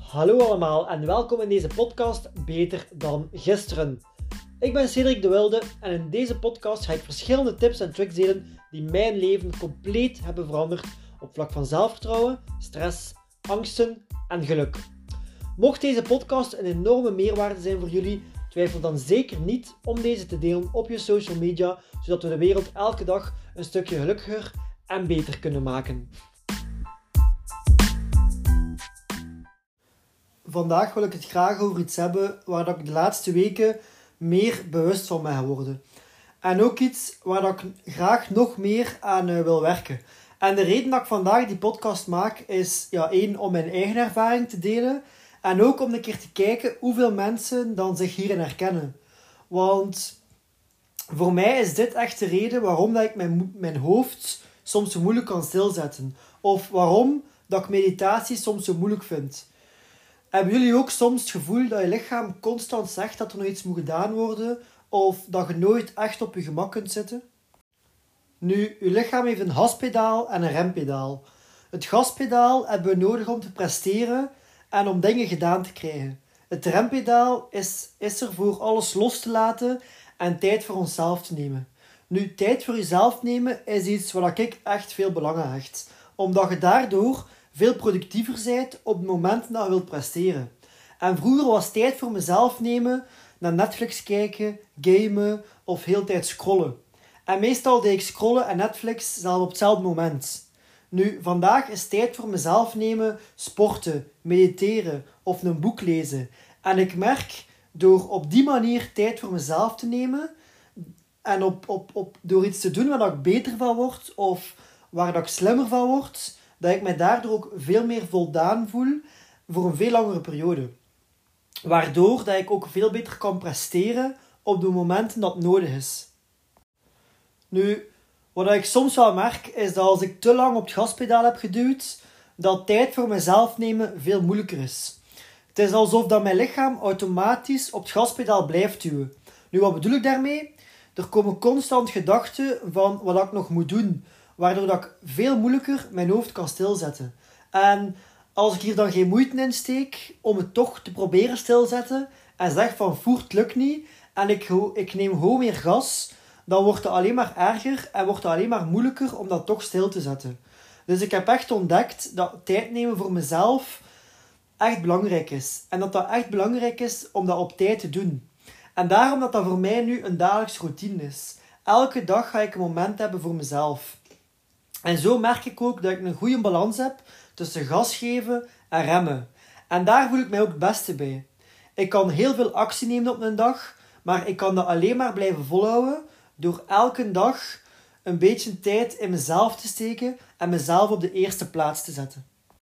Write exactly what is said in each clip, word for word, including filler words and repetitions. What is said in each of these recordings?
Hallo allemaal en welkom in deze podcast Beter dan Gisteren. Ik ben Cedric de Wilde en in deze podcast ga ik verschillende tips en tricks delen die mijn leven compleet hebben veranderd op vlak van zelfvertrouwen, stress, angsten en geluk. Mocht deze podcast een enorme meerwaarde zijn voor jullie, twijfel dan zeker niet om deze te delen op je social media, zodat we de wereld elke dag een stukje gelukkiger en beter kunnen maken. Vandaag wil ik het graag over iets hebben waar ik de laatste weken meer bewust van ben geworden. En ook iets waar ik graag nog meer aan uh, wil werken. En de reden dat ik vandaag die podcast maak is ja, één, om mijn eigen ervaring te delen. En ook om een keer te kijken hoeveel mensen dan zich hierin herkennen. Want voor mij is dit echt de reden waarom dat ik mijn, mijn hoofd soms zo moeilijk kan stilzetten. Of waarom dat ik meditatie soms zo moeilijk vind. Hebben jullie ook soms het gevoel dat je lichaam constant zegt dat er nog iets moet gedaan worden? Of dat je nooit echt op je gemak kunt zitten? Nu, je lichaam heeft een gaspedaal en een rempedaal. Het gaspedaal hebben we nodig om te presteren en om dingen gedaan te krijgen. Het rempedaal is, is er voor alles los te laten en tijd voor onszelf te nemen. Nu, tijd voor jezelf nemen is iets wat ik echt veel belang aan hecht. Omdat je daardoor veel productiever bent op het moment dat je wilt presteren. En vroeger was tijd voor mezelf nemen, naar Netflix kijken, gamen of heel de tijd scrollen. En meestal deed ik scrollen en Netflix zelf op hetzelfde moment. Nu, vandaag is tijd voor mezelf nemen, sporten, mediteren of een boek lezen. En ik merk, door op die manier tijd voor mezelf te nemen en op, op, op, door iets te doen waar ik beter van word of waar ik slimmer van word, dat ik mij daardoor ook veel meer voldaan voel voor een veel langere periode. Waardoor dat ik ook veel beter kan presteren op de momenten dat het nodig is. Nu, wat ik soms wel merk, is dat als ik te lang op het gaspedaal heb geduwd, dat tijd voor mezelf nemen veel moeilijker is. Het is alsof dat mijn lichaam automatisch op het gaspedaal blijft duwen. Nu, wat bedoel ik daarmee? Er komen constant gedachten van wat ik nog moet doen, waardoor dat ik veel moeilijker mijn hoofd kan stilzetten. En als ik hier dan geen moeite in steek om het toch te proberen stilzetten en zeg van voert het lukt niet en ik, ik neem gewoon meer gas, dan wordt het alleen maar erger en wordt het alleen maar moeilijker om dat toch stil te zetten. Dus ik heb echt ontdekt dat tijd nemen voor mezelf echt belangrijk is. En dat dat echt belangrijk is om dat op tijd te doen. En daarom dat dat voor mij nu een dagelijks routine is. Elke dag ga ik een moment hebben voor mezelf. En zo merk ik ook dat ik een goede balans heb tussen gas geven en remmen. En daar voel ik mij ook het beste bij. Ik kan heel veel actie nemen op een dag, maar ik kan dat alleen maar blijven volhouden door elke dag een beetje tijd in mezelf te steken en mezelf op de eerste plaats te zetten.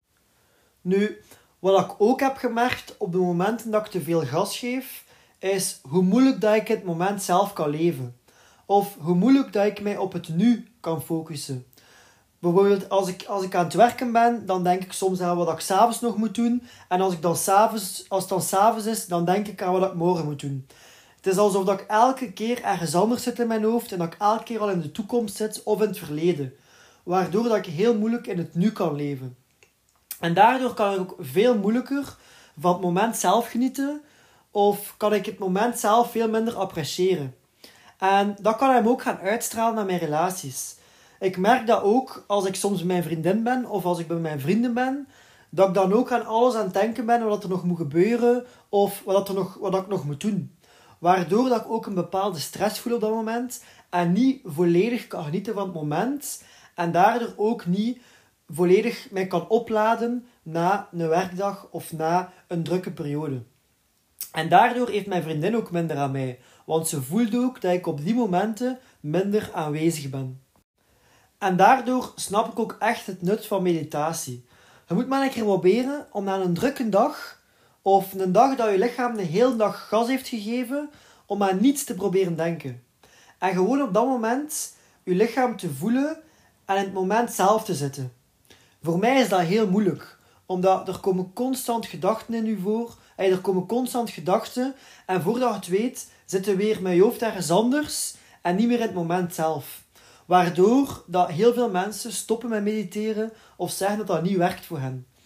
Nu, wat ik ook heb gemerkt op de momenten dat ik te veel gas geef, is hoe moeilijk dat ik het moment zelf kan leven. Of hoe moeilijk dat ik mij op het nu kan focussen. Bijvoorbeeld, als ik, als ik aan het werken ben, dan denk ik soms aan wat ik 's avonds nog moet doen. En als, ik dan 's avonds, als het dan 's avonds is, dan denk ik aan wat ik morgen moet doen. Het is alsof dat ik elke keer ergens anders zit in mijn hoofd en dat ik elke keer al in de toekomst zit of in het verleden. Waardoor dat ik heel moeilijk in het nu kan leven. En daardoor kan ik ook veel moeilijker van het moment zelf genieten of kan ik het moment zelf veel minder appreciëren. En dat kan hem ook gaan uitstralen naar mijn relaties. Ik merk dat ook als ik soms bij mijn vriendin ben of als ik bij mijn vrienden ben, dat ik dan ook aan alles aan het denken ben wat er nog moet gebeuren of wat, er nog, wat ik nog moet doen. Waardoor dat ik ook een bepaalde stress voel op dat moment en niet volledig kan genieten van het moment en daardoor ook niet volledig mij kan opladen na een werkdag of na een drukke periode. En daardoor heeft mijn vriendin ook minder aan mij, want ze voelt ook dat ik op die momenten minder aanwezig ben. En daardoor snap ik ook echt het nut van meditatie. Je moet maar een keer proberen om na een drukke dag, of een dag dat je lichaam de hele dag gas heeft gegeven, om aan niets te proberen denken. En gewoon op dat moment je lichaam te voelen en in het moment zelf te zitten. Voor mij is dat heel moeilijk, omdat er komen constant gedachten in je voor, en er komen constant gedachten, en voordat je het weet, zitten weer met je hoofd ergens anders, en niet meer in het moment zelf. Waardoor dat heel veel mensen stoppen met mediteren of zeggen dat dat niet werkt voor hen.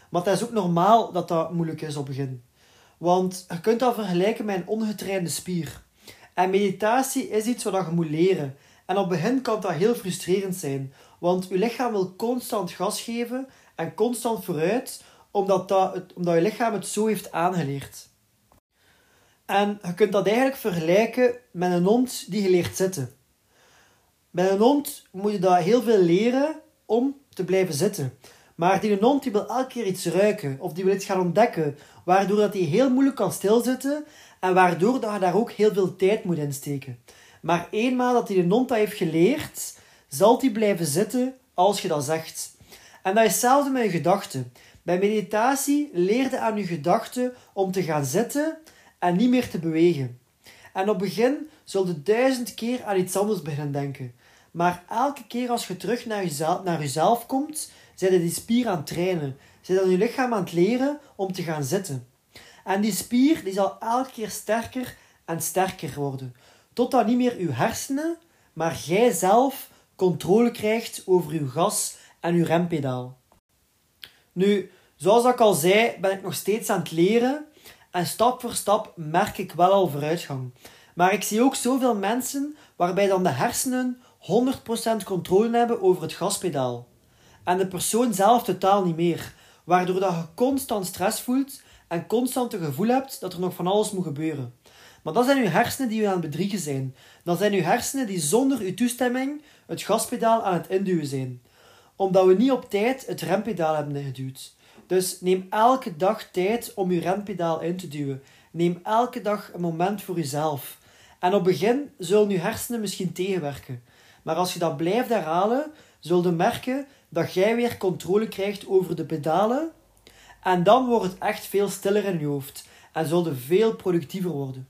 Maar het is ook normaal dat dat moeilijk is op het begin. Want je kunt dat vergelijken met een ongetrainde spier. En meditatie is iets wat je moet leren. En op het begin kan dat heel frustrerend zijn. Want je lichaam wil constant gas geven en constant vooruit, omdat, dat het, omdat je lichaam het zo heeft aangeleerd. En je kunt dat eigenlijk vergelijken met een hond die je leert zitten. Bij een hond moet je dat heel veel leren om te blijven zitten. Maar die hond die wil elke keer iets ruiken of die wil iets gaan ontdekken, waardoor dat hij heel moeilijk kan stilzitten en waardoor dat je daar ook heel veel tijd moet insteken. Maar eenmaal dat die hond dat heeft geleerd, zal hij blijven zitten als je dat zegt. En dat is hetzelfde met je gedachten. Bij meditatie leer je aan je gedachten om te gaan zitten en niet meer te bewegen. En op het begin zul je duizend keer aan iets anders beginnen denken. Maar elke keer als je terug naar jezelf, naar jezelf komt, zijn je die spier aan het trainen. Zijn je je lichaam aan het leren om te gaan zitten. En die spier die zal elke keer sterker en sterker worden. Totdat niet meer je hersenen, maar jij zelf controle krijgt over je gas en je rempedaal. Nu, zoals ik al zei, ben ik nog steeds aan het leren. En stap voor stap merk ik wel al vooruitgang. Maar ik zie ook zoveel mensen waarbij dan de hersenen honderd procent controle hebben over het gaspedaal. En de persoon zelf totaal niet meer. Waardoor dat je constant stress voelt en constant het gevoel hebt dat er nog van alles moet gebeuren. Maar dat zijn je hersenen die je aan het bedriegen zijn. Dat zijn je hersenen die zonder je toestemming het gaspedaal aan het induwen zijn. Omdat we niet op tijd het rempedaal hebben ingeduwd. Dus neem elke dag tijd om je rempedaal in te duwen. Neem elke dag een moment voor jezelf. En op het begin zullen je hersenen misschien tegenwerken. Maar als je dat blijft herhalen, zul je merken dat jij weer controle krijgt over de pedalen. En dan wordt het echt veel stiller in je hoofd. En zul je veel productiever worden.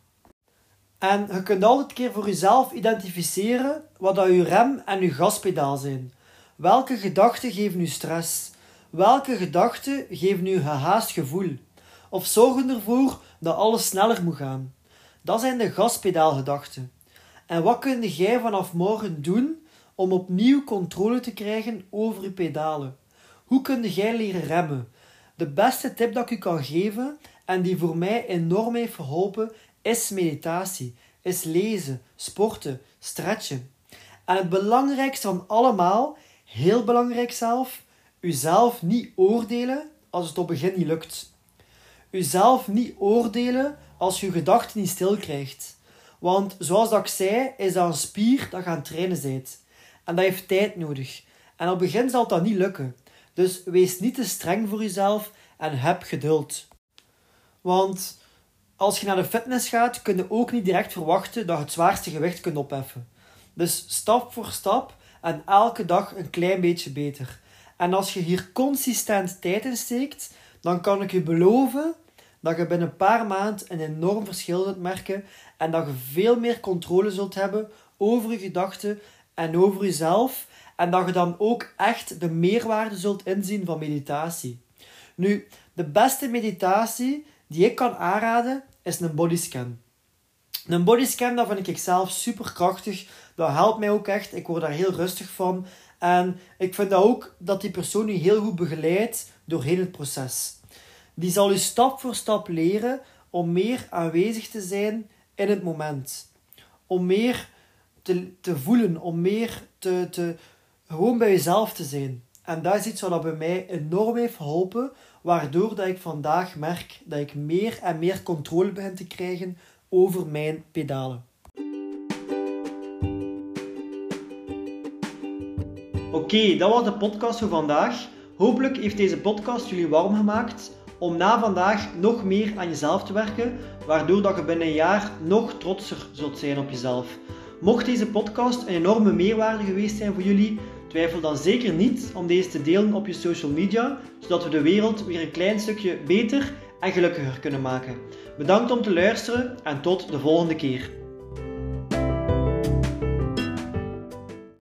En je kunt altijd een keer voor jezelf identificeren wat dat je rem en je gaspedaal zijn. Welke gedachten geven je stress? Welke gedachten geven je gehaast gevoel? Of zorgen ervoor dat alles sneller moet gaan? Dat zijn de gaspedaalgedachten. En wat kun jij vanaf morgen doen om opnieuw controle te krijgen over je pedalen? Hoe kun jij leren remmen? De beste tip dat ik u kan geven, en die voor mij enorm heeft geholpen, is meditatie, is lezen, sporten, stretchen. En het belangrijkste van allemaal, heel belangrijk zelf, uzelf niet oordelen als het op het begin niet lukt. Uzelf niet oordelen als je je gedachten niet stil krijgt. Want zoals dat ik zei, is dat een spier dat je aan het trainen bent. En dat heeft tijd nodig. En op het begin zal dat niet lukken. Dus wees niet te streng voor jezelf en heb geduld. Want als je naar de fitness gaat, kun je ook niet direct verwachten dat je het zwaarste gewicht kunt opheffen. Dus stap voor stap en elke dag een klein beetje beter. En als je hier consistent tijd in steekt, dan kan ik je beloven dat je binnen een paar maanden een enorm verschil zult merken en dat je veel meer controle zult hebben over je gedachten en over jezelf en dat je dan ook echt de meerwaarde zult inzien van meditatie. Nu, de beste meditatie die ik kan aanraden is een bodyscan. Een bodyscan, dat vind ik zelf super krachtig. Dat helpt mij ook echt. Ik word daar heel rustig van. En ik vind dat ook dat die persoon je heel goed begeleidt doorheen het proces. Die zal je stap voor stap leren om meer aanwezig te zijn in het moment. Om meer te, te voelen, om meer te, te, gewoon bij jezelf te zijn. En dat is iets wat bij mij enorm heeft geholpen, waardoor dat ik vandaag merk dat ik meer en meer controle begin te krijgen over mijn pedalen. Oké, okay, dat was de podcast voor vandaag. Hopelijk heeft deze podcast jullie warm gemaakt om na vandaag nog meer aan jezelf te werken, waardoor dat je binnen een jaar nog trotser zult zijn op jezelf. Mocht deze podcast een enorme meerwaarde geweest zijn voor jullie, twijfel dan zeker niet om deze te delen op je social media, zodat we de wereld weer een klein stukje beter en gelukkiger kunnen maken. Bedankt om te luisteren en tot de volgende keer.